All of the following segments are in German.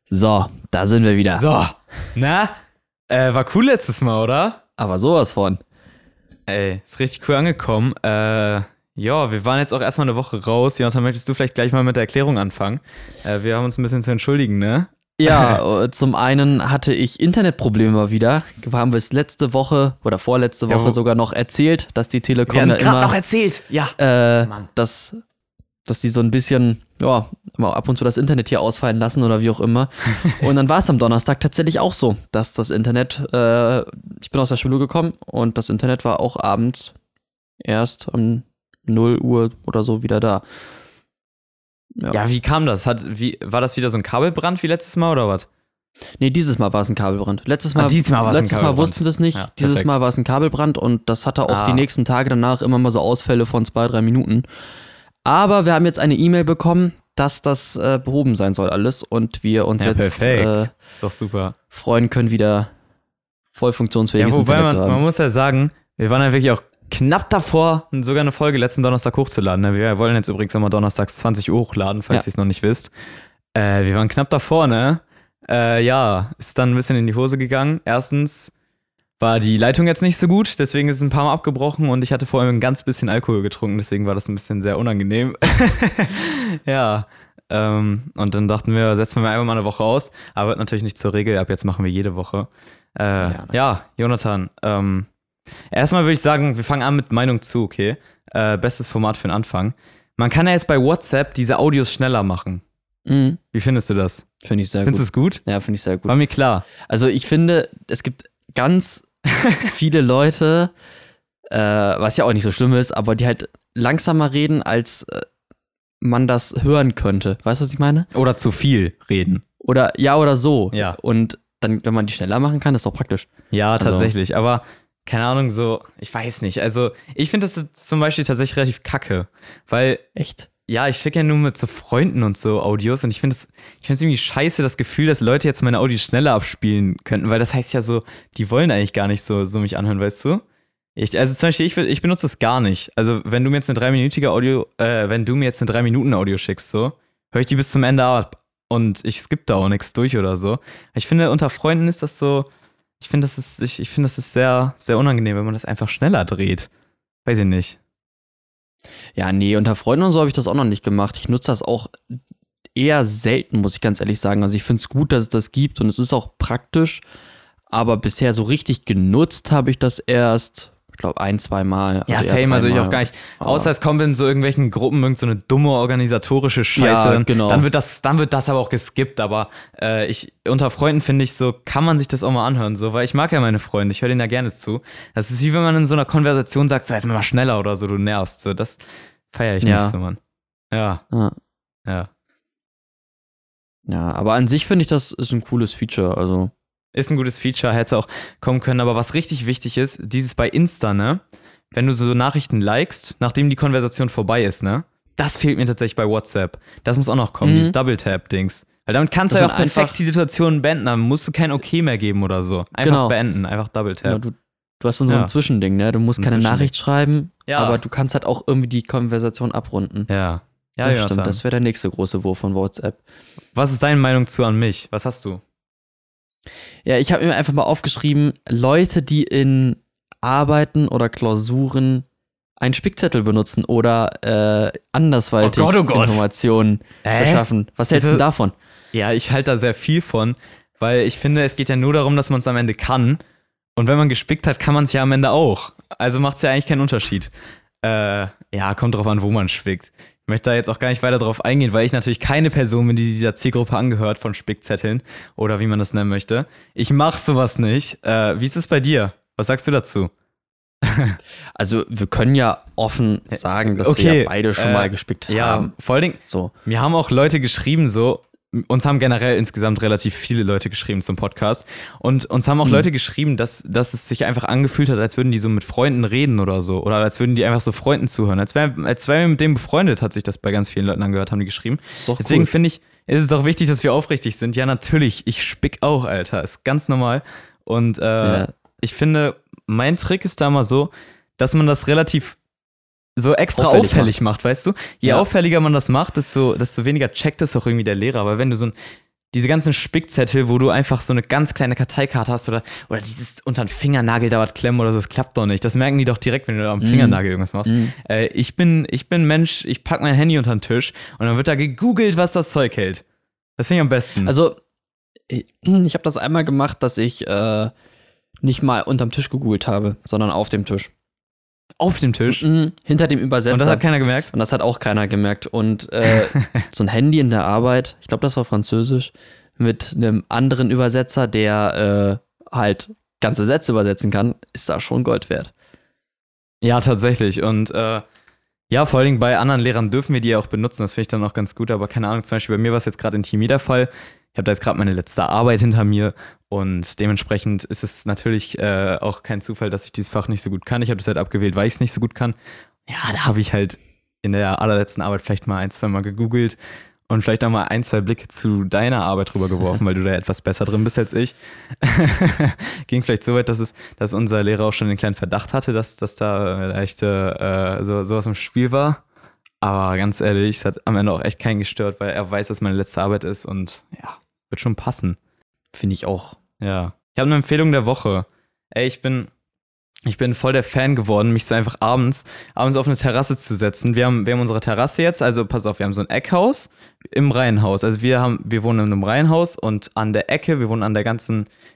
So, da sind wir wieder. So, na? War cool letztes Mal, oder? Aber sowas von. Ey, ist richtig cool angekommen. Ja, wir waren jetzt auch erstmal eine Woche raus. Jonathan, möchtest du vielleicht gleich mal mit der Erklärung anfangen? Wir haben uns ein bisschen zu entschuldigen, ne? Ja, zum einen hatte ich Internetprobleme mal wieder. Haben wir es letzte Woche oder vorletzte Woche sogar noch erzählt, dass die Telekom wir haben ja es gerade immer, noch erzählt. Ja. dass die so ein bisschen, ja, immer ab und zu das Internet hier ausfallen lassen oder wie auch immer. Und dann war es am Donnerstag tatsächlich auch so, dass das Internet, ich bin aus der Schule gekommen und das Internet war auch abends erst um 0 Uhr oder so wieder da. Ja, wie kam das? War das wieder so ein Kabelbrand wie letztes Mal oder was? Nee, dieses Mal war es ein Kabelbrand. Letztes Mal wussten wir es nicht. Ja, dieses Mal war es ein Kabelbrand und das hatte auch die nächsten Tage danach immer mal so Ausfälle von 2-3 Minuten. Aber wir haben jetzt eine E-Mail bekommen, dass das behoben sein soll alles und wir uns jetzt doch super. freuen können, wieder voll funktionsfähiges Internet zu haben. Man muss ja sagen, wir waren ja wirklich auch knapp davor, sogar eine Folge letzten Donnerstag hochzuladen. Wir wollen jetzt übrigens immer donnerstags 20 Uhr hochladen, falls ihr es noch nicht wisst. Wir waren knapp davor, ne? Ja, ist dann ein bisschen in die Hose gegangen. Erstens war die Leitung jetzt nicht so gut, deswegen ist es ein paar Mal abgebrochen und ich hatte vorhin ein ganz bisschen Alkohol getrunken, deswegen war das ein bisschen sehr unangenehm. Ja, und dann dachten wir, setzen wir einfach mal eine Woche aus, aber wird natürlich nicht zur Regel, ab jetzt machen wir jede Woche. Ja, Jonathan, erstmal würde ich sagen, wir fangen an mit Meinung zu, okay? Bestes Format für den Anfang. Man kann ja jetzt bei WhatsApp diese Audios schneller machen. Mhm. Wie findest du das? Finde ich sehr gut. Findest du es gut? Ja, finde ich sehr gut. War mir klar. Also ich finde, es gibt ganz viele Leute, was ja auch nicht so schlimm ist, aber die halt langsamer reden, als man das hören könnte. Weißt du, was ich meine? Oder zu viel reden. Oder so. Ja. Und dann, wenn man die schneller machen kann, ist doch praktisch. Ja, tatsächlich. Aber keine Ahnung, so, ich weiß nicht. Also, ich finde das zum Beispiel tatsächlich relativ kacke. Weil. Echt? Ja, ich schicke ja nur mit so Freunden und so Audios und ich finde es irgendwie scheiße, das Gefühl, dass Leute jetzt meine Audios schneller abspielen könnten, weil das heißt ja so, die wollen eigentlich gar nicht so mich anhören, weißt du? Also zum Beispiel, ich benutze das gar nicht. Also, wenn du mir jetzt eine 3 Minuten Audio schickst, so, höre ich die bis zum Ende ab und ich skippe da auch nichts durch oder so. Ich finde, unter Freunden ist das so, ich finde, das ist sehr, sehr unangenehm, wenn man das einfach schneller dreht. Weiß ich nicht. Ja, nee, unter Freunden und so habe ich das auch noch nicht gemacht. Ich nutze das auch eher selten, muss ich ganz ehrlich sagen. Also ich finde es gut, dass es das gibt und es ist auch praktisch, aber bisher so richtig genutzt habe ich das erst, ich glaube, 1-2 Mal. Ja, same, also ich auch gar nicht. Außer es kommt in so irgendwelchen Gruppen irgend so eine dumme organisatorische Scheiße. Ja, genau. Dann wird das aber auch geskippt, aber unter Freunden finde ich so, kann man sich das auch mal anhören, so, weil ich mag ja meine Freunde, ich höre denen ja gerne zu. Das ist wie wenn man in so einer Konversation sagt, so, jetzt mal schneller oder so, du nervst, so, das feiere ich nicht so, Mann. Ja. Ja, aber an sich finde ich, das ist ein cooles Feature, also. Ist ein gutes Feature, hätte auch kommen können, aber was richtig wichtig ist, dieses bei Insta, ne, wenn du so Nachrichten likest, nachdem die Konversation vorbei ist, ne, das fehlt mir tatsächlich bei WhatsApp. Das muss auch noch kommen, dieses Double-Tap-Dings. Weil damit kannst du ja auch perfekt die Situation beenden, dann musst du kein Okay mehr geben oder so. Einfach beenden, einfach Double-Tap. Genau, du hast so ein Zwischending, ne, du musst keine Nachricht schreiben, aber du kannst halt auch irgendwie die Konversation abrunden. Ja, das stimmt, das wäre der nächste große Wurf von WhatsApp. Was ist deine Meinung an mich? Was hast du? Ja, ich habe mir einfach mal aufgeschrieben, Leute, die in Arbeiten oder Klausuren einen Spickzettel benutzen oder andersweitig Informationen beschaffen. Was hältst du davon? Ja, ich halte da sehr viel von, weil ich finde, es geht ja nur darum, dass man es am Ende kann. Und wenn man gespickt hat, kann man es ja am Ende auch. Also macht es ja eigentlich keinen Unterschied. Ja, kommt drauf an, wo man spickt. Ich möchte da jetzt auch gar nicht weiter drauf eingehen, weil ich natürlich keine Person bin, die dieser Zielgruppe angehört von Spickzetteln oder wie man das nennen möchte. Ich mache sowas nicht. Wie ist es bei dir? Was sagst du dazu? Also wir können ja offen sagen, dass wir ja beide schon mal gespickt haben. Ja, vor allen Dingen, so. Mir haben auch Leute geschrieben, so, uns haben generell insgesamt relativ viele Leute geschrieben zum Podcast und uns haben auch Leute geschrieben, dass es sich einfach angefühlt hat, als würden die so mit Freunden reden oder so oder als würden die einfach so Freunden zuhören. Als wären wir mit denen befreundet, hat sich das bei ganz vielen Leuten angehört, haben die geschrieben. Deswegen finde ich, ist es doch wichtig, dass wir aufrichtig sind. Ja, natürlich, ich spick auch, Alter, ist ganz normal und ich finde, mein Trick ist da mal so, dass man das relativ so extra auffällig macht, weißt du? Je auffälliger man das macht, desto weniger checkt es auch irgendwie der Lehrer. Aber wenn du diese ganzen Spickzettel, wo du einfach so eine ganz kleine Karteikarte hast oder dieses unter den Fingernagel dauert klemmen oder so, das klappt doch nicht. Das merken die doch direkt, wenn du da am Fingernagel irgendwas machst. Ich bin Mensch, ich pack mein Handy unter den Tisch und dann wird da gegoogelt, was das Zeug hält. Das finde ich am besten. Also, ich habe das einmal gemacht, dass ich nicht mal unterm Tisch gegoogelt habe, sondern auf dem Tisch. Auf dem Tisch? Hinter dem Übersetzer. Und das hat keiner gemerkt? Und das hat auch keiner gemerkt. Und so ein Handy in der Arbeit, ich glaube, das war Französisch, mit einem anderen Übersetzer, der halt ganze Sätze übersetzen kann, ist da schon Gold wert. Ja, tatsächlich. Und ja, vor allen Dingen bei anderen Lehrern dürfen wir die ja auch benutzen. Das finde ich dann auch ganz gut. Aber keine Ahnung, zum Beispiel bei mir war es jetzt gerade in Chemie der Fall. Ich habe da jetzt gerade meine letzte Arbeit hinter mir und dementsprechend ist es natürlich auch kein Zufall, dass ich dieses Fach nicht so gut kann. Ich habe das halt abgewählt, weil ich es nicht so gut kann. Ja, da habe ich halt in der allerletzten Arbeit vielleicht mal 1, 2 Mal gegoogelt und vielleicht auch mal 1, 2 Blicke zu deiner Arbeit rübergeworfen, weil du da etwas besser drin bist als ich. Ging vielleicht so weit, dass unser Lehrer auch schon den kleinen Verdacht hatte, dass da leicht sowas im Spiel war. Aber ganz ehrlich, es hat am Ende auch echt keinen gestört, weil er weiß, dass meine letzte Arbeit ist und ja, wird schon passen. Finde ich auch. Ja. Ich habe eine Empfehlung der Woche. Ey, ich bin voll der Fan geworden, mich so einfach abends auf eine Terrasse zu setzen. Wir haben unsere Terrasse jetzt, also pass auf, wir haben so ein Eckhaus im Reihenhaus. Also wir wohnen in einem Reihenhaus und an der Ecke, wir wohnen an der ganz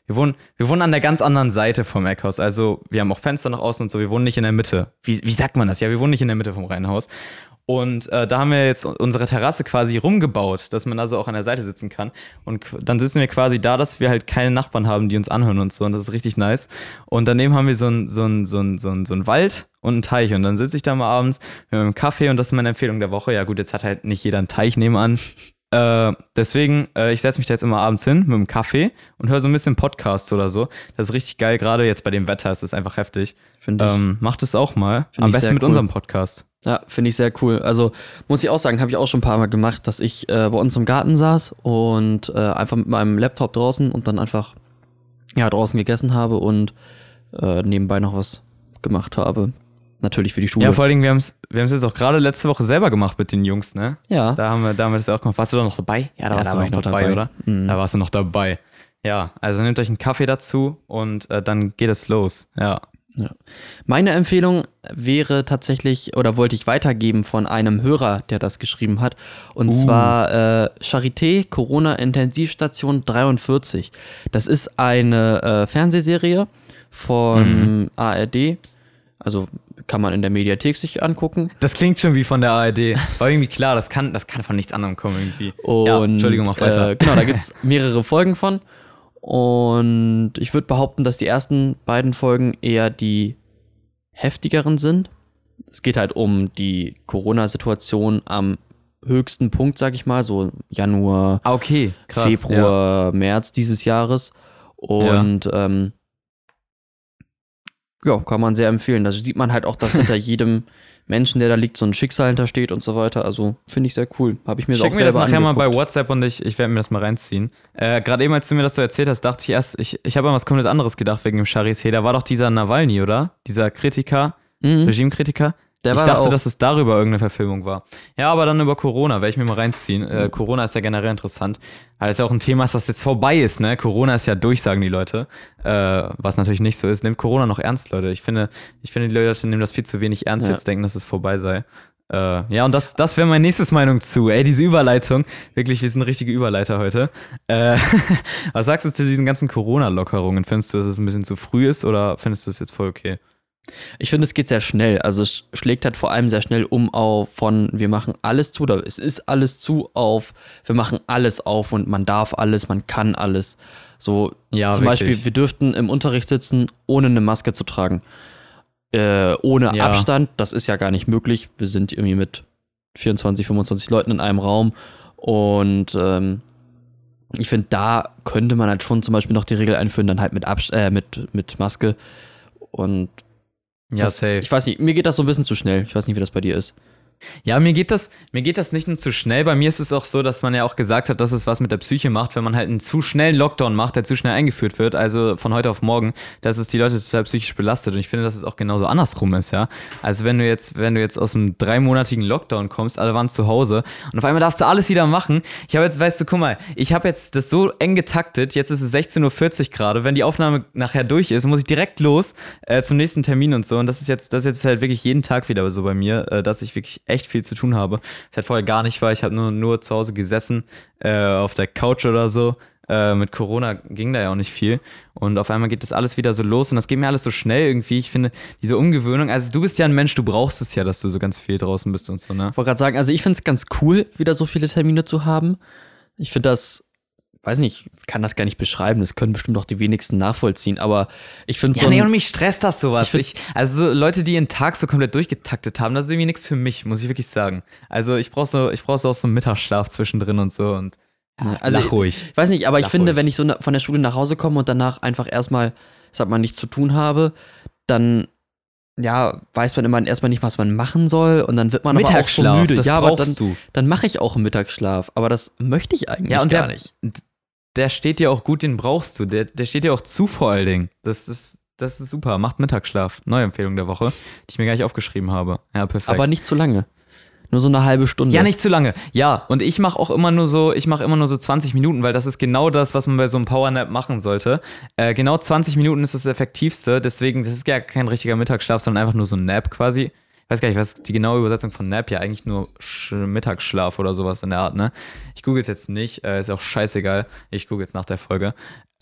anderen Seite vom Eckhaus. Also wir haben auch Fenster nach außen und so, wir wohnen nicht in der Mitte. Wie sagt man das? Ja, wir wohnen nicht in der Mitte vom Reihenhaus. Und da haben wir jetzt unsere Terrasse quasi rumgebaut, dass man also auch an der Seite sitzen kann. Und dann sitzen wir quasi da, dass wir halt keine Nachbarn haben, die uns anhören und so. Und das ist richtig nice. Und daneben haben wir so einen Wald und einen Teich. Und dann sitze ich da mal abends mit einem Kaffee und das ist meine Empfehlung der Woche. Ja gut, jetzt hat halt nicht jeder einen Teich nebenan. Deswegen, ich setze mich da jetzt immer abends hin mit einem Kaffee und höre so ein bisschen Podcasts oder so. Das ist richtig geil, gerade jetzt bei dem Wetter ist es einfach heftig. Macht es auch mal. Am besten mit unserem Podcast. Ja, finde ich sehr cool. Also muss ich auch sagen, habe ich auch schon ein paar Mal gemacht, dass ich bei uns im Garten saß und einfach mit meinem Laptop draußen und dann einfach draußen gegessen habe und nebenbei noch was gemacht habe. Natürlich für die Schule. Ja, vor allen Dingen, wir haben es jetzt auch gerade letzte Woche selber gemacht mit den Jungs, ne? Ja. Da haben wir das auch gemacht. Warst du da noch dabei? Ja, da war ich noch dabei, oder? Da warst du noch dabei. Ja, also nehmt euch einen Kaffee dazu und dann geht es los. Ja. Meine Empfehlung wäre tatsächlich, oder wollte ich weitergeben von einem Hörer, der das geschrieben hat, und zwar Charité Corona-Intensivstation 43. Das ist eine Fernsehserie von ARD, also kann man in der Mediathek sich angucken. Das klingt schon wie von der ARD. War irgendwie klar, das kann von nichts anderem kommen irgendwie. Und, ja, Entschuldigung, mach weiter. Genau, da gibt es mehrere Folgen von. Und ich würde behaupten, dass die ersten beiden Folgen eher die heftigeren sind. Es geht halt um die Corona-Situation am höchsten Punkt, sag ich mal, so Januar, okay, krass, Februar, März dieses Jahres. Und kann man sehr empfehlen. Da sieht man halt auch, dass hinter jedem Menschen, der da liegt, so ein Schicksal hintersteht und so weiter. Also finde ich sehr cool. Habe ich mir so auch selber angeguckt. Schick mir das nachher mal bei WhatsApp und ich werde mir das mal reinziehen. Gerade eben, als du mir das so erzählt hast, dachte ich erst, ich habe an was komplett anderes gedacht wegen dem Charité. Da war doch dieser Nawalny, oder? Dieser Kritiker, Regimekritiker. Ich dachte, dass es darüber irgendeine Verfilmung war. Ja, aber dann über Corona, werde ich mir mal reinziehen. Corona ist ja generell interessant, weil es ja auch ein Thema ist, das jetzt vorbei ist, ne? Corona ist ja durch, sagen die Leute. Was natürlich nicht so ist. Nehmt Corona noch ernst, Leute. Ich finde, die Leute nehmen das viel zu wenig ernst, jetzt denken, dass es vorbei sei. Ja, und das wäre meine nächste Meinung zu. Ey, diese Überleitung. Wirklich, wir sind richtige Überleiter heute. Was sagst du zu diesen ganzen Corona-Lockerungen? Findest du, dass es ein bisschen zu früh ist oder findest du es jetzt voll okay? Ich finde, es geht sehr schnell. Also es schlägt halt vor allem sehr schnell von wir machen alles zu, oder es ist alles zu, auf wir machen alles auf und man darf alles, man kann alles. So ja, zum wirklich. Beispiel, wir dürften im Unterricht sitzen, ohne eine Maske zu tragen. Ohne Abstand, das ist ja gar nicht möglich. Wir sind irgendwie mit 24, 25 Leuten in einem Raum und ich finde, da könnte man halt schon zum Beispiel noch die Regel einführen, dann halt mit Maske und ja, safe. Ich weiß nicht, mir geht das so ein bisschen zu schnell. Ich weiß nicht, wie das bei dir ist. Ja, mir geht das nicht nur zu schnell. Bei mir ist es auch so, dass man ja auch gesagt hat, dass es was mit der Psyche macht, wenn man halt einen zu schnellen Lockdown macht, der zu schnell eingeführt wird, also von heute auf morgen, dass es die Leute total psychisch belastet. Und ich finde, dass es auch genauso andersrum ist, ja. Also wenn du jetzt aus einem 3-monatigen Lockdown kommst, alle waren zu Hause und auf einmal darfst du alles wieder machen. Ich habe jetzt, weißt du, guck mal, ich habe jetzt das so eng getaktet, jetzt ist es 16:40 Uhr gerade, wenn die Aufnahme nachher durch ist, muss ich direkt los zum nächsten Termin und so. Und das ist jetzt halt wirklich jeden Tag wieder so bei mir, dass ich wirklich echt viel zu tun habe. Das halt vorher gar nicht war. Ich habe nur zu Hause gesessen, auf der Couch oder so. Mit Corona ging da ja auch nicht viel. Und auf einmal geht das alles wieder so los und das geht mir alles so schnell irgendwie. Ich finde, diese Umgewöhnung, also du bist ja ein Mensch, du brauchst es ja, dass du so ganz viel draußen bist und so, ne? Ich wollte gerade sagen, also ich finde es ganz cool, wieder so viele Termine zu haben. Ich finde das, weiß nicht, kann das gar nicht beschreiben, das können bestimmt auch die wenigsten nachvollziehen, aber ich finde ja, nee, und mich stresst das sowas. Also so Leute, die ihren Tag so komplett durchgetaktet haben, das ist irgendwie nichts für mich, muss ich wirklich sagen. Also ich brauch so auch so einen Mittagsschlaf zwischendrin und so und also lach ruhig. Ich weiß nicht, aber ich finde, ruhig. wenn ich so von der Schule nach Hause komme und danach einfach erstmal, sag mal, nichts zu tun habe, dann ja, weiß man immer erstmal nicht, was man machen soll und dann wird man aber auch so müde. Das ja, brauchst du. Dann mache ich auch einen Mittagsschlaf, aber das möchte ich eigentlich gar nicht. Der steht dir auch gut, den brauchst du. Der steht dir auch zu, vor allen Dingen. Das ist super. Macht Mittagsschlaf. Neue Empfehlung der Woche, die ich mir gleich aufgeschrieben habe. Ja, perfekt. Aber nicht zu lange. Nur so eine halbe Stunde. Ja, nicht zu lange. Ja, und ich mache immer nur so 20 Minuten, weil das ist genau das, was man bei so einem Powernap machen sollte. Genau 20 Minuten ist das Effektivste. Deswegen, das ist ja kein richtiger Mittagsschlaf, sondern einfach nur so ein Nap quasi. Ich weiß gar nicht, was die genaue Übersetzung von Nap, ja eigentlich nur Mittagsschlaf oder sowas in der Art, ne? Ich google es jetzt nicht, ist auch scheißegal. Ich google jetzt nach der Folge.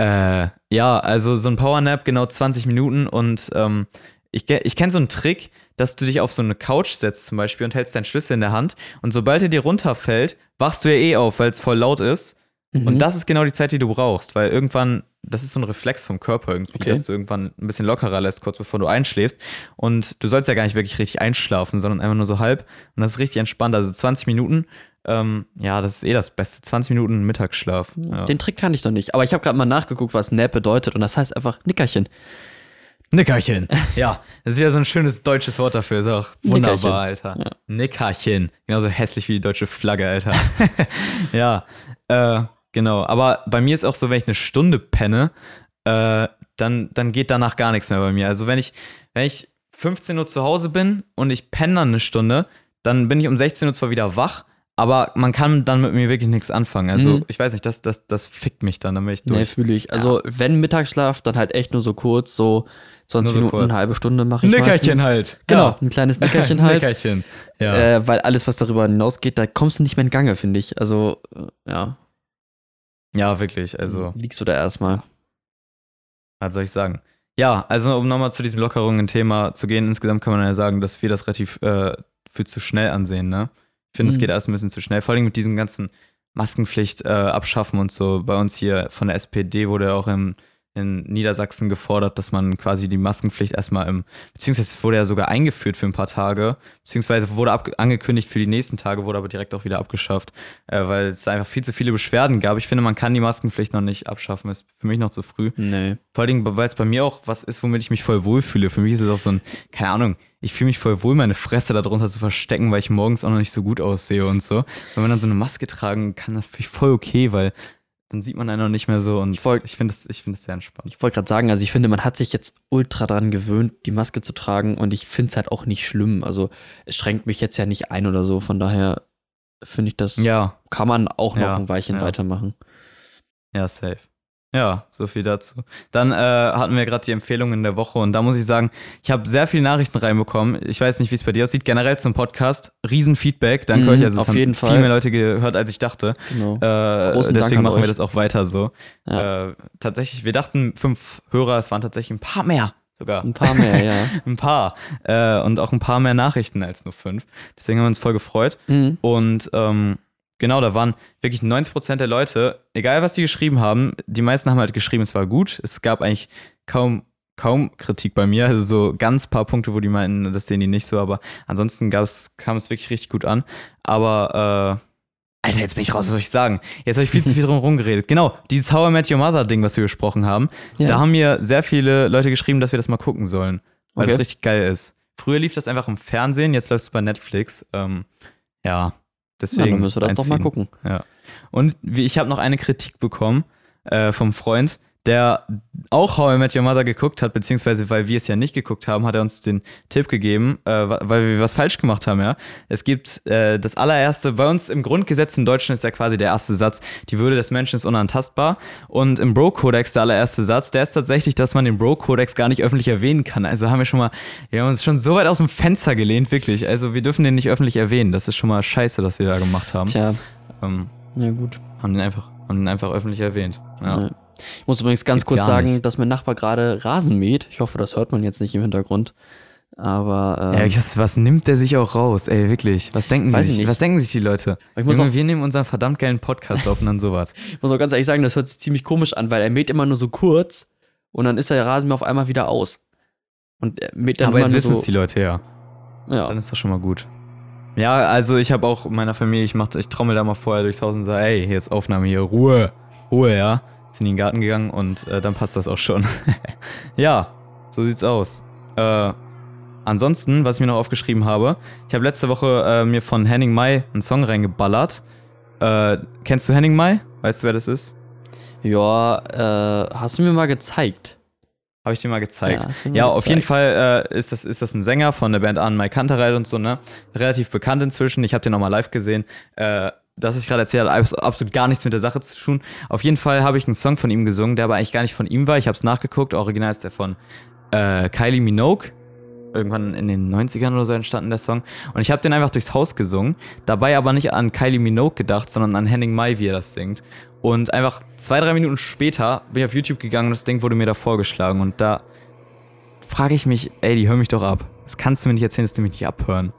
Ja, also so ein Powernap, genau 20 Minuten und ich kenne so einen Trick, dass du dich auf so eine Couch setzt zum Beispiel und hältst deinen Schlüssel in der Hand und sobald er dir runterfällt, wachst du ja auf, weil es voll laut ist. Und das ist genau die Zeit, die du brauchst, weil irgendwann, das ist so ein Reflex vom Körper irgendwie, dass du irgendwann ein bisschen lockerer lässt, kurz bevor du einschläfst. Und du sollst ja gar nicht wirklich richtig einschlafen, sondern einfach nur so halb. Und das ist richtig entspannt. Also 20 Minuten, ja, das ist das Beste. 20 Minuten Mittagsschlaf. Ja. Den Trick kann ich noch nicht. Aber ich habe gerade mal nachgeguckt, was Nap bedeutet. Und das heißt einfach Nickerchen. Nickerchen. Ja, das ist wieder so ein schönes deutsches Wort dafür. Ist auch wunderbar, Nickerchen. Alter. Ja. Genauso Genauso hässlich wie die deutsche Flagge, Alter. Ja, genau. Aber bei mir ist auch so, wenn ich eine Stunde penne, dann geht danach gar nichts mehr bei mir. Also wenn ich 15 Uhr zu Hause bin und ich penne dann eine Stunde, dann bin ich um 16 Uhr zwar wieder wach, aber man kann dann mit mir wirklich nichts anfangen. Also ich weiß nicht, das fickt mich dann bin ich durch. Nee, fühle ich. Also wenn Mittagsschlaf, dann halt echt nur so kurz, so 20 Minuten, kurz. eine halbe Stunde mache ich Nickerchen meistens. halt. Genau, Ja. ein kleines Nickerchen halt. Nickerchen, ja. Weil alles, was darüber hinausgeht, da kommst du nicht mehr in Gange, finde ich. Also, ja. Ja, wirklich, also, Liegst du da erstmal. was soll ich sagen? Ja, also um nochmal zu diesem Lockerungen-Thema zu gehen, insgesamt kann man ja sagen, dass wir das relativ für zu schnell ansehen, ne? Ich finde, es geht alles ein bisschen zu schnell, vor allem mit diesem ganzen Maskenpflicht abschaffen und so. Bei uns hier von der SPD wurde ja auch in Niedersachsen gefordert, dass man quasi die Maskenpflicht erstmal beziehungsweise es wurde ja sogar eingeführt für ein paar Tage, beziehungsweise wurde angekündigt für die nächsten Tage, wurde aber direkt auch wieder abgeschafft, weil es einfach viel zu viele Beschwerden gab. Ich finde, man kann die Maskenpflicht noch nicht abschaffen, ist für mich noch zu früh. Nee. Vor allem, weil es bei mir auch was ist, womit ich mich voll wohlfühle. Für mich ist es auch so ein, keine Ahnung, ich fühle mich voll wohl, meine Fresse darunter zu verstecken, weil ich morgens auch noch nicht so gut aussehe und so. Wenn man dann so eine Maske tragen kann, das finde ich voll okay, weil dann sieht man einen noch nicht mehr so und ich finde das sehr entspannt. Ich wollte gerade sagen, also ich finde, man hat sich jetzt ultra dran gewöhnt, die Maske zu tragen und ich finde es halt auch nicht schlimm. Also es schränkt mich jetzt ja nicht ein oder so, von daher finde ich, das kann man auch noch ein Weilchen weitermachen. Ja, safe. Ja, so viel dazu. Dann hatten wir gerade die Empfehlungen der Woche und da muss ich sagen, ich habe sehr viele Nachrichten reinbekommen. Ich weiß nicht, wie es bei dir aussieht. Generell zum Podcast, Riesenfeedback. Danke euch. Also es haben viel mehr Leute gehört, als ich dachte. Genau. Deswegen machen wir euch. das auch weiter so. Ja. Tatsächlich, wir dachten 5 Hörer, es waren tatsächlich ein paar mehr sogar. Ein paar mehr, ja. Ein paar. Und auch ein paar mehr Nachrichten als nur 5. Deswegen haben wir uns voll gefreut. Und genau, da waren wirklich 90% der Leute, egal was die geschrieben haben, die meisten haben halt geschrieben, es war gut. Es gab eigentlich kaum Kritik bei mir, also so ganz paar Punkte, wo die meinten, das sehen die nicht so, aber ansonsten kam es wirklich richtig gut an. Aber, Alter, jetzt bin ich raus, was soll ich sagen? Jetzt habe ich viel zu viel drum rumgeredet. Genau, dieses How I Met Your Mother Ding, was wir besprochen haben, da haben mir sehr viele Leute geschrieben, dass wir das mal gucken sollen, weil das richtig geil ist. Früher lief das einfach im Fernsehen, jetzt läuft es bei Netflix. Ja, deswegen. Dann müssen wir das doch mal einziehen. gucken. Ja. Und ich habe noch eine Kritik bekommen vom Freund, der auch How I Met Your Mother geguckt hat, beziehungsweise weil wir es ja nicht geguckt haben, hat er uns den Tipp gegeben, weil wir was falsch gemacht haben, ja. Es gibt das allererste, bei uns im Grundgesetz in Deutschland ist ja quasi der erste Satz, die Würde des Menschen ist unantastbar. Und im Bro-Kodex der allererste Satz, der ist tatsächlich, dass man den Bro-Kodex gar nicht öffentlich erwähnen kann. Also wir haben uns schon so weit aus dem Fenster gelehnt, wirklich. Also wir dürfen den nicht öffentlich erwähnen. Das ist schon mal scheiße, was wir da gemacht haben. Tja. Ja, gut. Haben den einfach öffentlich erwähnt. Ja. Ich muss übrigens ganz Geht kurz gar sagen, nicht. dass mein Nachbar gerade Rasen mäht. Ich hoffe, das hört man jetzt nicht im Hintergrund. Aber Was nimmt der sich auch raus? Ey, wirklich. Was denken Weiß die ich sich? nicht. Was denken sich die Leute? Ich muss Wir nehmen unseren verdammt geilen Podcast auf und dann sowas. ich muss auch ganz ehrlich sagen, das hört sich ziemlich komisch an, weil er mäht immer nur so kurz und dann ist der Rasenmäher auf einmal wieder aus. Und er mäht dann Aber immer jetzt nur wissen so. es die Leute ja. Ja. Dann ist das schon mal gut. Ja, also ich habe auch meiner Familie, ich trommel da mal vorher durchs Haus und sage, ey, jetzt Aufnahme hier, Ruhe, ja. Sind in den Garten gegangen und dann passt das auch schon. Ja, so sieht's aus. Ansonsten, was ich mir noch aufgeschrieben habe, ich habe letzte Woche mir von Henning Mai einen Song reingeballert. Kennst du Henning Mai? Weißt du, wer das ist? Ja, hast du mir mal gezeigt? Habe ich dir mal gezeigt. Ja, hast du mir Ja, mal auf jeden gezeigt. Fall ist das ein Sänger von der Band An Mai Kantereit und so, ne? Relativ bekannt inzwischen. Ich habe den auch mal live gesehen. Das, was ich gerade erzählt habe, hat absolut gar nichts mit der Sache zu tun. Auf jeden Fall habe ich einen Song von ihm gesungen, der aber eigentlich gar nicht von ihm war. Ich habe es nachgeguckt. Original ist der von Kylie Minogue. Irgendwann in den 90ern oder so entstanden der Song. Und ich habe den einfach durchs Haus gesungen. Dabei aber nicht an Kylie Minogue gedacht, sondern an Henning Mai, wie er das singt. Und einfach 2-3 Minuten später bin ich auf YouTube gegangen und das Ding wurde mir da vorgeschlagen. Und da frage ich mich, ey, die hör mich doch ab. Das kannst du mir nicht erzählen, dass die mich nicht abhören.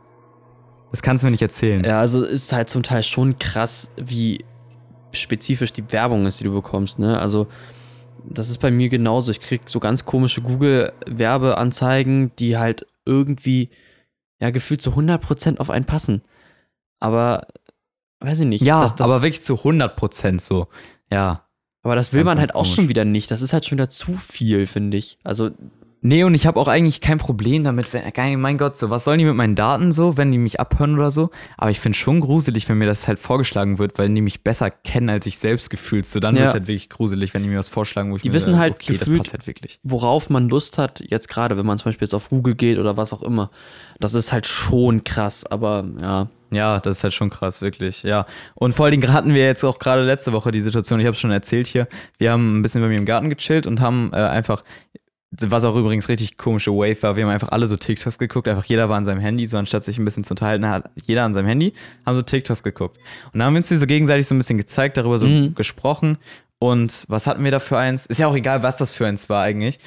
Das kannst du mir nicht erzählen. Ja, also ist halt zum Teil schon krass, wie spezifisch die Werbung ist, die du bekommst, ne? Also das ist bei mir genauso. Ich krieg so ganz komische Google-Werbeanzeigen, die halt irgendwie, ja, gefühlt zu 100% auf einen passen. Aber, weiß ich nicht. Ja, das, aber wirklich zu 100% so. Ja. aber das will ganz, man ganz halt auch komisch. schon wieder nicht. Das ist halt schon wieder zu viel, finde ich. Also, Nee, und ich habe auch eigentlich kein Problem damit, mein Gott, so, was sollen die mit meinen Daten so, wenn die mich abhören oder so? Aber ich finde schon gruselig, wenn mir das halt vorgeschlagen wird, weil die mich besser kennen als ich selbst gefühlt. So, dann Ja. wird es halt wirklich gruselig, wenn die mir was vorschlagen, wo ich Die mir wissen sage, halt okay, das gefühlt- passt halt wirklich. worauf man Lust hat, jetzt gerade, wenn man zum Beispiel jetzt auf Google geht oder was auch immer. Das ist halt schon krass, aber ja. Ja, das ist halt schon krass, wirklich, ja. Und vor allen Dingen hatten wir jetzt auch gerade letzte Woche die Situation, ich habe es schon erzählt hier, wir haben ein bisschen bei mir im Garten gechillt und haben einfach, was auch übrigens richtig komische Wave war, wir haben einfach alle so TikToks geguckt, einfach jeder war an seinem Handy, so anstatt sich ein bisschen zu unterhalten, hat jeder an seinem Handy, haben so TikToks geguckt. Und dann haben wir uns die so gegenseitig so ein bisschen gezeigt, darüber so gesprochen. Und was hatten wir da für eins? Ist ja auch egal, was das für eins war eigentlich.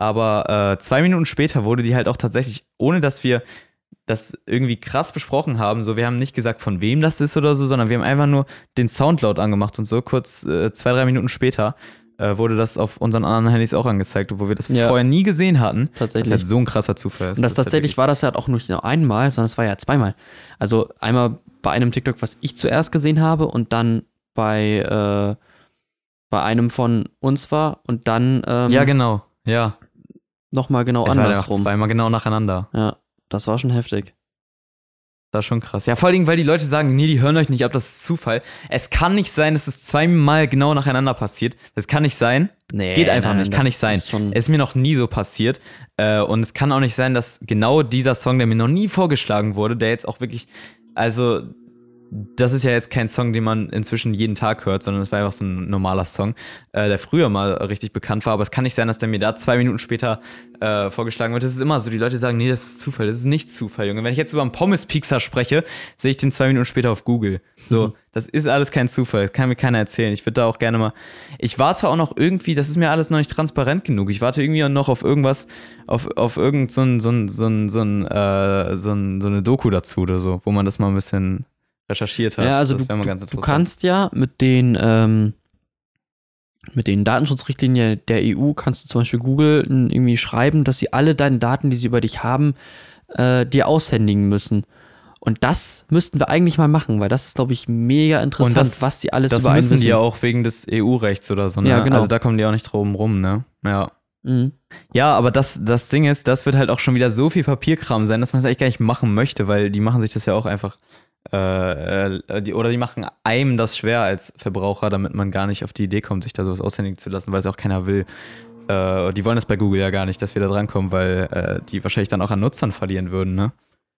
Aber 2 Minuten später wurde die halt auch tatsächlich, ohne dass wir das irgendwie krass besprochen haben, so, wir haben nicht gesagt, von wem das ist oder so, sondern wir haben einfach nur den Sound laut angemacht und so, kurz 2-3 Minuten später wurde das auf unseren anderen Handys auch angezeigt, obwohl wir das Ja. vorher nie gesehen hatten. Tatsächlich. Das halt so ein krasser Zufall ist. Und das ist halt tatsächlich war das ja auch nicht nur einmal, sondern es war ja zweimal. Also einmal bei einem TikTok, was ich zuerst gesehen habe und dann bei einem von uns war und dann ja, genau. Ja. nochmal genau Es war ja auch andersrum. zweimal genau nacheinander. Ja, das war schon heftig. Das ist schon krass. Ja, vor allen Dingen, weil die Leute sagen, nee, die hören euch nicht ab, das ist Zufall. Es kann nicht sein, dass es 2-mal genau nacheinander passiert. Das kann nicht sein. Nee, Geht einfach nein, nicht, das kann nicht sein. ist schon- Es ist mir noch nie so passiert. Und es kann auch nicht sein, dass genau dieser Song, der mir noch nie vorgeschlagen wurde, der jetzt auch wirklich, also das ist ja jetzt kein Song, den man inzwischen jeden Tag hört, sondern es war einfach so ein normaler Song, der früher mal richtig bekannt war. Aber es kann nicht sein, dass der mir da 2 Minuten später vorgeschlagen wird. Das ist immer so, die Leute sagen, nee, das ist Zufall. Das ist nicht Zufall, Junge. Wenn ich jetzt über einen Pommes-Pizza spreche, sehe ich den 2 Minuten später auf Google. So, das ist alles kein Zufall. Das kann mir keiner erzählen. Ich würde da auch gerne mal. Ich warte auch noch irgendwie, das ist mir alles noch nicht transparent genug. Ich warte irgendwie noch auf irgendwas, auf irgend so eine Doku dazu oder so, wo man das mal ein bisschen recherchiert hat. Ja, also das wäre mal ganz du interessant. kannst ja mit den Datenschutzrichtlinien der EU kannst du zum Beispiel Google irgendwie schreiben, dass sie alle deine Daten, die sie über dich haben, dir aushändigen müssen. Und das müssten wir eigentlich mal machen, weil das ist, glaube ich, mega interessant, was die alles das über einen müssen wissen. die ja auch wegen des EU-Rechts oder so, ne? Ja, genau. Also da kommen die auch nicht drum rum, ne? Ja. Mhm. Ja, aber das Ding ist, das wird halt auch schon wieder so viel Papierkram sein, dass man es eigentlich gar nicht machen möchte, weil die machen sich das ja auch einfach, die machen einem das schwer als Verbraucher, damit man gar nicht auf die Idee kommt, sich da sowas aushändigen zu lassen, weil es auch keiner will. Die wollen das bei Google ja gar nicht, dass wir da drankommen, weil die wahrscheinlich dann auch an Nutzern verlieren würden, ne?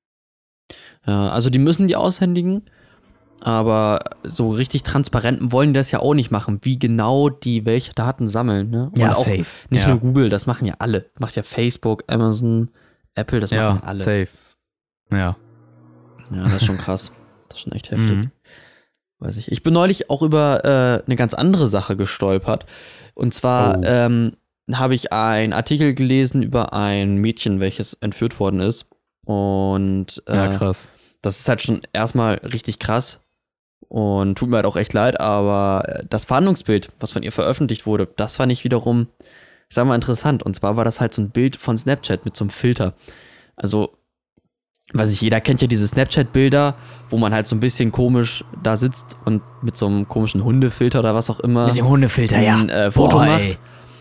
Ja, also die müssen die aushändigen, aber so richtig transparent wollen die das ja auch nicht machen, wie genau die welche Daten sammeln, ne? Und auch safe. nicht nur Google, das machen ja alle. Macht ja Facebook, Amazon, Apple, das machen ja alle. Safe. Ja. Ja, das ist schon krass. Das ist schon echt heftig. Weiß ich. Ich bin neulich auch über eine ganz andere Sache gestolpert. Und zwar habe ich einen Artikel gelesen über ein Mädchen, welches entführt worden ist. Und krass. das ist halt schon erstmal richtig krass. Und tut mir halt auch echt leid, aber das Fahndungsbild, was von ihr veröffentlicht wurde, das fand ich wiederum, ich sag mal, interessant. Und zwar war das halt so ein Bild von Snapchat mit so einem Filter. Also, weiß ich, jeder kennt ja diese Snapchat-Bilder, wo man halt so ein bisschen komisch da sitzt und mit so einem komischen Hundefilter oder was auch immer Mit dem Hundefilter, ein Foto Boah, macht. ey.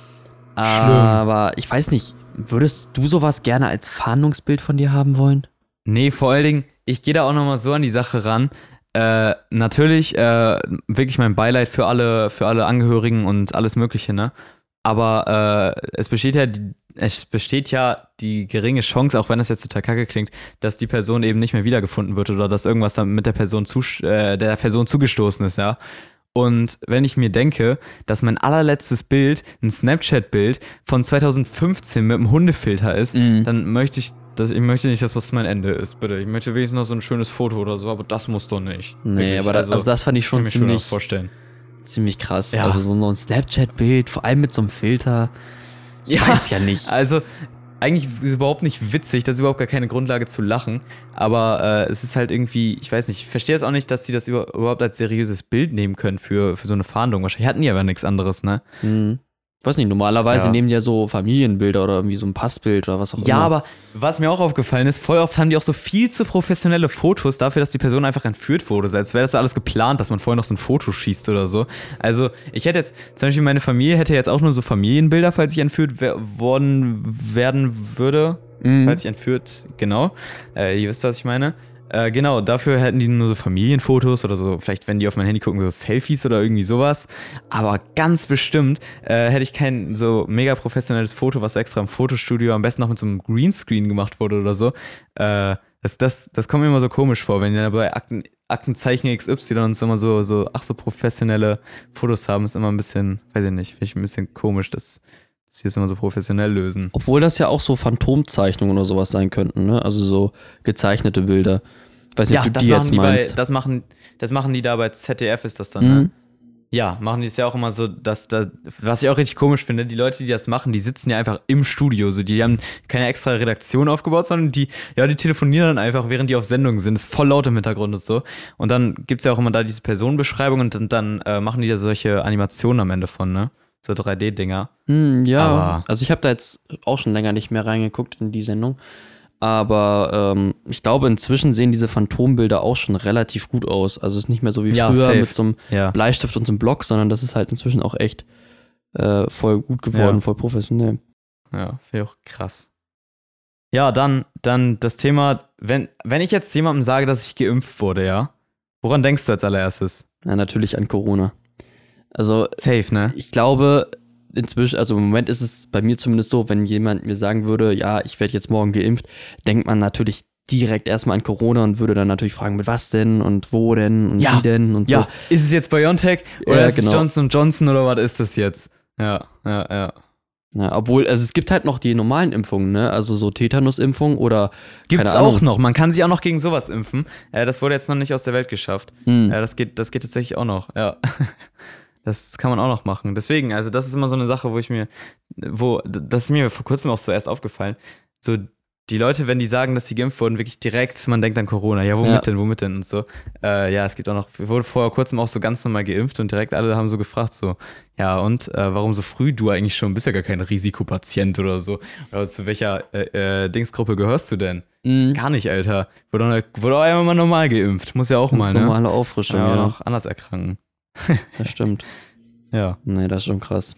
Aber ich weiß nicht, würdest du sowas gerne als Fahndungsbild von dir haben wollen? Nee, vor allen Dingen, ich gehe da auch nochmal so an die Sache ran. Natürlich, wirklich mein Beileid für alle Angehörigen und alles Mögliche, ne? Aber es besteht ja die geringe Chance, auch wenn das jetzt total kacke klingt, dass die Person eben nicht mehr wiedergefunden wird oder dass irgendwas dann mit der Person zugestoßen ist, ja. Und wenn ich mir denke, dass mein allerletztes Bild ein Snapchat-Bild von 2015 mit einem Hundefilter ist, dann möchte ich nicht, dass was mein Ende ist, bitte. Ich möchte wenigstens noch so ein schönes Foto oder so, aber das muss doch nicht. Nee, Wirklich. aber das fand ich schon kann mir schon vorstellen. ziemlich krass. Ja. Also so ein Snapchat-Bild, vor allem mit so einem Filter. Ich weiß ja nicht. Also, eigentlich ist es überhaupt nicht witzig, das ist überhaupt gar keine Grundlage zu lachen, aber es ist halt irgendwie, ich weiß nicht, ich verstehe es auch nicht, dass die das überhaupt als seriöses Bild nehmen können für so eine Fahndung. Wahrscheinlich hatten die aber nichts anderes, ne? Weiß nicht, normalerweise nehmen die ja so Familienbilder oder irgendwie so ein Passbild oder was auch immer. Ja, aber was mir auch aufgefallen ist, voll oft haben die auch so viel zu professionelle Fotos dafür, dass die Person einfach entführt wurde. Als wäre das alles geplant, dass man vorher noch so ein Foto schießt oder so. Also ich hätte jetzt, zum Beispiel meine Familie hätte jetzt auch nur so Familienbilder, falls ich entführt werden würde. Falls ich entführt, genau. Ihr wisst, was ich meine. Genau, dafür hätten die nur so Familienfotos oder so, vielleicht wenn die auf mein Handy gucken, so Selfies oder irgendwie sowas. Aber ganz bestimmt hätte ich kein so mega professionelles Foto, was so extra im Fotostudio am besten noch mit so einem Greenscreen gemacht wurde oder so. Das kommt mir immer so komisch vor, wenn die dann bei Aktenzeichen XY uns immer so professionelle Fotos haben, ist immer ein bisschen, weiß ich nicht, finde ich ein bisschen komisch, dass sie es immer so professionell lösen. Obwohl das ja auch so Phantomzeichnungen oder sowas sein könnten, ne? Also so gezeichnete Bilder. Weiß nicht, ob du die jetzt meinst. Das machen die da bei ZDF, ist das dann, ne? Ja, machen die es ja auch immer so, was ich auch richtig komisch finde, die Leute, die das machen, die sitzen ja einfach im Studio, so, die haben keine extra Redaktion aufgebaut, sondern die telefonieren dann einfach, während die auf Sendung sind, ist voll laut im Hintergrund und so. Und dann gibt's ja auch immer da diese Personenbeschreibung und dann machen die da solche Animationen am Ende von, ne? So 3D-Dinger. Ja, aber also ich habe da jetzt auch schon länger nicht mehr reingeguckt in die Sendung. Aber ich glaube, inzwischen sehen diese Phantombilder auch schon relativ gut aus. Also es ist nicht mehr so wie früher safe. mit so einem Bleistift und so einem Block, sondern das ist halt inzwischen auch echt voll gut geworden, voll professionell. Ja, finde ich auch krass. Ja, dann das Thema, wenn ich jetzt jemandem sage, dass ich geimpft wurde, ja, woran denkst du als allererstes? Ja, natürlich an Corona. Also safe, ne? Ich glaube, inzwischen, also im Moment ist es bei mir zumindest so, wenn jemand mir sagen würde, ja, ich werde jetzt morgen geimpft, denkt man natürlich direkt erstmal an Corona und würde dann natürlich fragen, mit was denn und wo denn und wie denn und so. Ja, ist es jetzt BioNTech oder ist es Johnson & Johnson oder was ist das jetzt? Ja. Ja, obwohl, also es gibt halt noch die normalen Impfungen, ne? Also so Tetanus-Impfung oder gibt's keine Ahnung. Auch noch. Man kann sich auch noch gegen sowas impfen. Das wurde jetzt noch nicht aus der Welt geschafft. Das geht tatsächlich auch noch, ja. Das kann man auch noch machen. Deswegen, also das ist immer so eine Sache, das ist mir vor kurzem auch so erst aufgefallen. So, die Leute, wenn die sagen, dass sie geimpft wurden, wirklich direkt, man denkt an Corona. Ja, womit denn und so. Ja, es gibt auch noch, ich wurde vor kurzem auch so ganz normal geimpft und direkt alle haben so gefragt, so, ja und, warum so früh? Du eigentlich schon, bist ja gar kein Risikopatient oder so. Oder zu welcher Dingsgruppe gehörst du denn? Gar nicht, Alter. Wurde auch einmal mal normal geimpft. Muss ja auch mal, ne? Normale Auffrischung, ja. Auch noch anders erkranken. Das stimmt. Ja. Nee, das ist schon krass.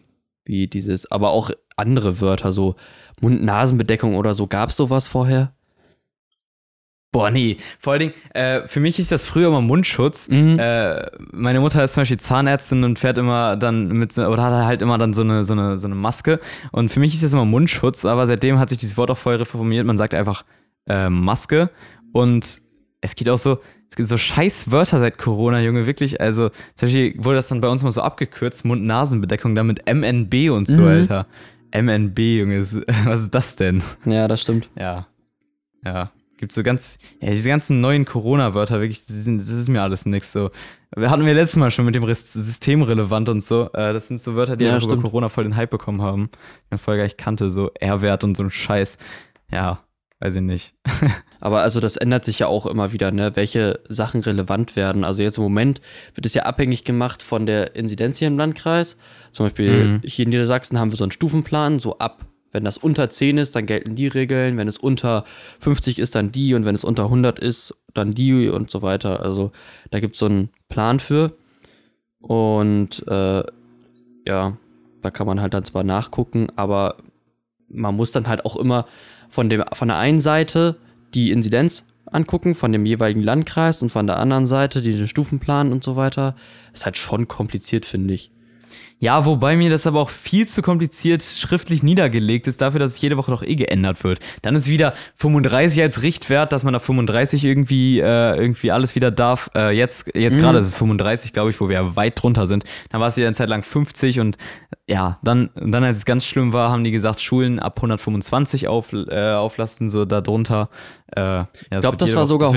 wie dieses, aber auch andere Wörter, so Mund-Nasen-Bedeckung oder so. Gab es sowas vorher? Boah, nee. Vor allen Dingen, für mich hieß das früher immer Mundschutz. Meine Mutter ist zum Beispiel Zahnärztin und fährt immer dann oder hat halt immer dann so eine Maske. Und für mich hieß das immer Mundschutz, aber seitdem hat sich dieses Wort auch voll reformiert. Man sagt einfach Maske. Und es gibt so scheiß Wörter seit Corona, Junge, wirklich. Also zum Beispiel wurde das dann bei uns mal so abgekürzt, Mund-Nasen-Bedeckung, dann mit MNB und so, Alter. MNB, Junge, was ist das denn? Ja, das stimmt. Ja. Gibt so diese ganzen neuen Corona-Wörter, wirklich, das ist mir alles nix so. Hatten wir letztes Mal schon mit dem systemrelevant und so. Das sind so Wörter, die einfach über Corona voll den Hype bekommen haben. Die man vorher gar nicht kannte, so R-Wert und so ein Scheiß. Ja, weiß ich nicht. Aber also das ändert sich ja auch immer wieder, ne, welche Sachen relevant werden. Also jetzt im Moment wird es ja abhängig gemacht von der Inzidenz hier im Landkreis. Zum Beispiel hier in Niedersachsen haben wir so einen Stufenplan, so ab. Wenn das unter 10 ist, dann gelten die Regeln. Wenn es unter 50 ist, dann die. Und wenn es unter 100 ist, dann die und so weiter. Also da gibt es so einen Plan für. Und ja, da kann man halt dann zwar nachgucken, aber man muss dann halt auch immer von der einen Seite die Inzidenz angucken, von dem jeweiligen Landkreis und von der anderen Seite den Stufenplan und so weiter. Ist halt schon kompliziert, finde ich. Ja, wobei mir das aber auch viel zu kompliziert schriftlich niedergelegt ist, dafür, dass es jede Woche doch geändert wird. Dann ist wieder 35 als Richtwert, dass man da 35 irgendwie alles wieder darf. Jetzt gerade ist es 35, glaube ich, wo wir ja weit drunter sind. Dann war es wieder eine Zeit lang 50 und ja, dann als es ganz schlimm war, haben die gesagt, Schulen ab 125 auflasten, so da drunter. Ich glaube, das war sogar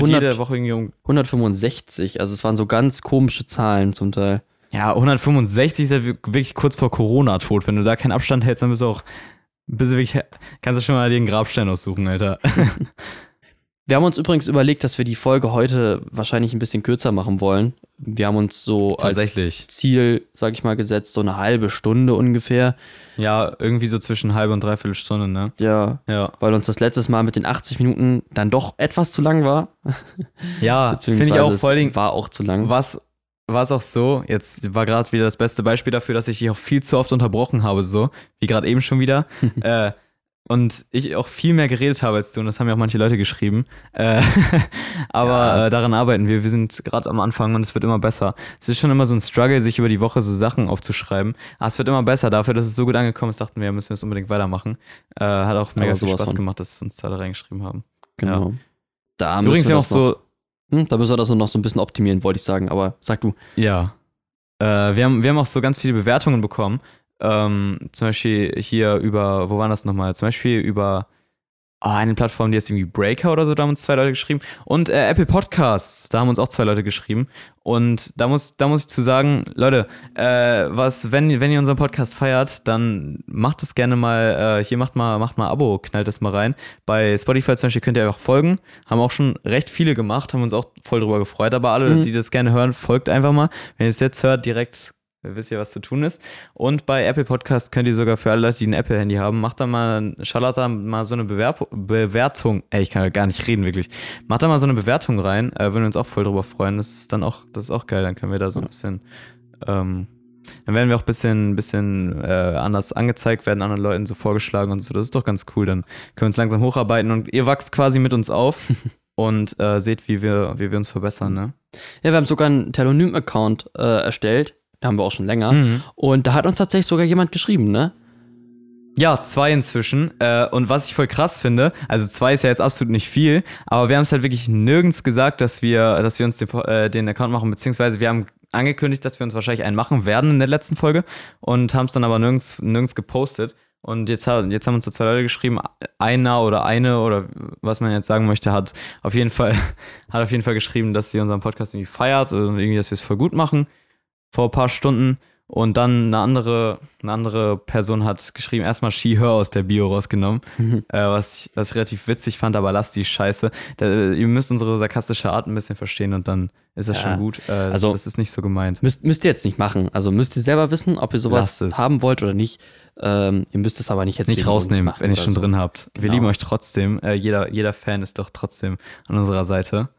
165, also es waren so ganz komische Zahlen zum Teil. Ja, 165 ist ja wirklich kurz vor Corona-Tod. Wenn du da keinen Abstand hältst, dann kannst du schon mal den Grabstein aussuchen, Alter. Wir haben uns übrigens überlegt, dass wir die Folge heute wahrscheinlich ein bisschen kürzer machen wollen. Wir haben uns so als Ziel, sag ich mal, gesetzt, so eine halbe Stunde ungefähr. Ja, irgendwie so zwischen halbe und dreiviertel Stunde, ne? Ja, weil uns das letztes Mal mit den 80 Minuten dann doch etwas zu lang war. Ja, finde ich auch, vor allen Dingen war auch zu lang. War es auch so, jetzt war gerade wieder das beste Beispiel dafür, dass ich dich auch viel zu oft unterbrochen habe, so, wie gerade eben schon wieder. Und ich auch viel mehr geredet habe als du, und das haben ja auch manche Leute geschrieben. Aber daran arbeiten wir. Wir sind gerade am Anfang und es wird immer besser. Es ist schon immer so ein Struggle, sich über die Woche so Sachen aufzuschreiben. Aber es wird immer besser. Dafür, dass es so gut angekommen ist, dachten wir, müssen wir es unbedingt weitermachen. Hat auch mega viel Spaß gemacht, dass es uns alle reingeschrieben haben. Genau. Ja. Da übrigens ja auch so. Da müssen wir das noch so ein bisschen optimieren, wollte ich sagen, aber sag du. Ja. Wir haben auch so ganz viele Bewertungen bekommen. Zum Beispiel hier über, wo waren das nochmal? Zum Beispiel über eine Plattform, die heißt irgendwie Breaker oder so, da haben uns 2 Leute geschrieben. Und Apple Podcasts, da haben uns auch 2 Leute geschrieben. Und da muss ich zu sagen, Leute, wenn ihr unseren Podcast feiert, dann macht es gerne mal, macht mal Abo, knallt das mal rein. Bei Spotify zum Beispiel könnt ihr einfach folgen. Haben auch schon recht viele gemacht, haben uns auch voll drüber gefreut. Aber alle, die das gerne hören, folgt einfach mal. Wenn ihr es jetzt hört, direkt wisst ihr, was zu tun ist. Und bei Apple Podcast könnt ihr sogar für alle Leute, die ein Apple-Handy haben, macht da mal, Charlotte, mal so eine Bewertung. Ich kann ja gar nicht reden, wirklich. Macht da mal so eine Bewertung rein, würden wir uns auch voll drüber freuen. Das ist auch geil. Dann können wir da so ein bisschen, dann werden wir auch ein bisschen anders angezeigt, werden anderen Leuten so vorgeschlagen und so. Das ist doch ganz cool. Dann können wir uns langsam hocharbeiten und ihr wachst quasi mit uns auf und seht, wie wir uns verbessern, ne? Ja, wir haben sogar einen Telonym-Account erstellt. Da haben wir auch schon länger. Und da hat uns tatsächlich sogar jemand geschrieben, ne? Ja, 2 inzwischen. Und was ich voll krass finde, also 2 ist ja jetzt absolut nicht viel, aber wir haben es halt wirklich nirgends gesagt, dass wir uns den Account machen, beziehungsweise wir haben angekündigt, dass wir uns wahrscheinlich einen machen werden in der letzten Folge und haben es dann aber nirgends gepostet. Und jetzt haben uns so 2 Leute geschrieben, einer oder eine oder was man jetzt sagen möchte, hat auf jeden Fall geschrieben, dass sie unseren Podcast irgendwie feiert und irgendwie, dass wir es voll gut machen. Vor ein paar Stunden. Und dann eine andere Person hat geschrieben, erstmal She-Her aus der Bio rausgenommen, was ich relativ witzig fand, aber lasst die Scheiße. Ihr müsst unsere sarkastische Art ein bisschen verstehen und dann ist das schon gut. Also das ist nicht so gemeint. Müsst ihr jetzt nicht machen. Also müsst ihr selber wissen, ob ihr sowas haben wollt oder nicht. Ihr müsst es aber nicht jetzt nicht rausnehmen, wenn ihr es schon so drin habt. Genau. Wir lieben euch trotzdem. Jeder Fan ist doch trotzdem an unserer Seite.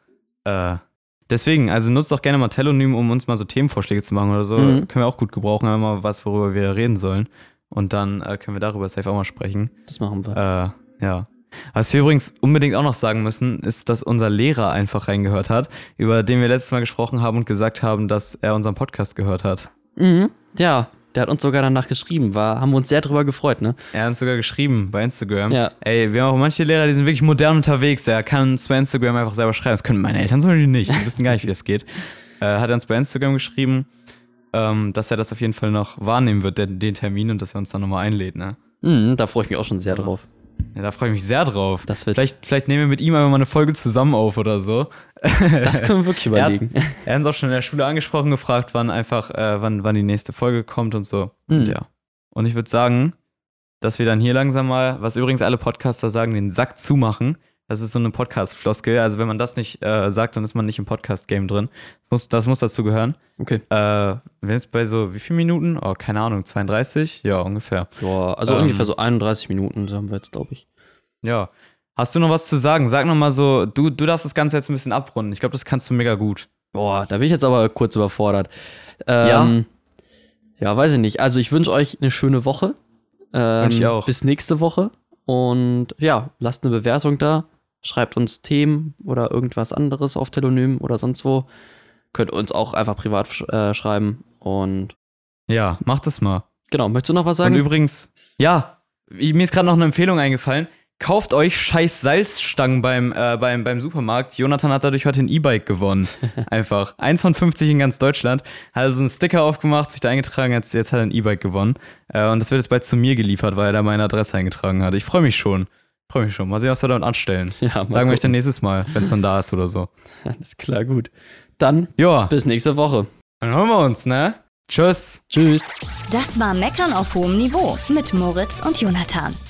Deswegen, also nutzt doch gerne mal Telonym, um uns mal so Themenvorschläge zu machen oder so. Können wir auch gut gebrauchen, wenn mal was, worüber wir reden sollen. Und dann können wir darüber safe auch mal sprechen. Das machen wir. Ja. Was wir übrigens unbedingt auch noch sagen müssen, ist, dass unser Lehrer einfach reingehört hat, über den wir letztes Mal gesprochen haben und gesagt haben, dass er unseren Podcast gehört hat. Mhm. Ja, der hat uns sogar danach geschrieben. Haben wir uns sehr drüber gefreut, ne? Er hat uns sogar geschrieben bei Instagram. Ja. Ey, wir haben auch manche Lehrer, die sind wirklich modern unterwegs. Er kann uns bei Instagram einfach selber schreiben. Das können meine Eltern zum Beispiel nicht. Die wissen gar nicht, wie das geht. Hat er uns bei Instagram geschrieben, dass er das auf jeden Fall noch wahrnehmen wird, den Termin, und dass er uns dann nochmal einlädt, ne? Da freue ich mich auch schon sehr drauf. Ja, da freue ich mich sehr drauf. Das wird vielleicht nehmen wir mit ihm einfach mal eine Folge zusammen auf oder so. Das können wir wirklich überlegen. Er hat uns auch schon in der Schule angesprochen, gefragt, wann die nächste Folge kommt und so. Und ja. Und ich würde sagen, dass wir dann hier langsam mal, was übrigens alle Podcaster sagen, den Sack zumachen. Das ist so eine Podcast-Floskel. Also wenn man das nicht sagt, dann ist man nicht im Podcast-Game drin. Das muss dazu gehören. Okay. Wenn jetzt bei so, wie viele Minuten? Oh, keine Ahnung, 32? Ja, ungefähr. Ja, also ungefähr so 31 Minuten haben wir jetzt, glaube ich. Ja. Hast du noch was zu sagen? Sag noch mal so, du darfst das Ganze jetzt ein bisschen abrunden. Ich glaube, das kannst du mega gut. Boah, da bin ich jetzt aber kurz überfordert. Ja, weiß ich nicht. Also ich wünsche euch eine schöne Woche. Wünsche ich auch. Bis nächste Woche. Und ja, lasst eine Bewertung da. Schreibt uns Themen oder irgendwas anderes auf Telonym oder sonst wo. Könnt uns auch einfach privat schreiben. Und ja, macht das mal. Genau, möchtest du noch was sagen? Und übrigens, ja, mir ist gerade noch eine Empfehlung eingefallen. Kauft euch scheiß Salzstangen beim Supermarkt. Jonathan hat dadurch heute ein E-Bike gewonnen. Einfach. 1 von 50 in ganz Deutschland. Hat also einen Sticker aufgemacht, sich da eingetragen, jetzt hat er ein E-Bike gewonnen. Und das wird jetzt bald zu mir geliefert, weil er da meine Adresse eingetragen hat. Ich freue mich schon. Mal sehen, was wir damit anstellen. Ja, sagen wir euch dann nächstes Mal, wenn es dann da ist oder so. Alles klar, gut. Dann bis nächste Woche. Dann hören wir uns, ne? Tschüss. Tschüss. Das war Meckern auf hohem Niveau mit Moritz und Jonathan.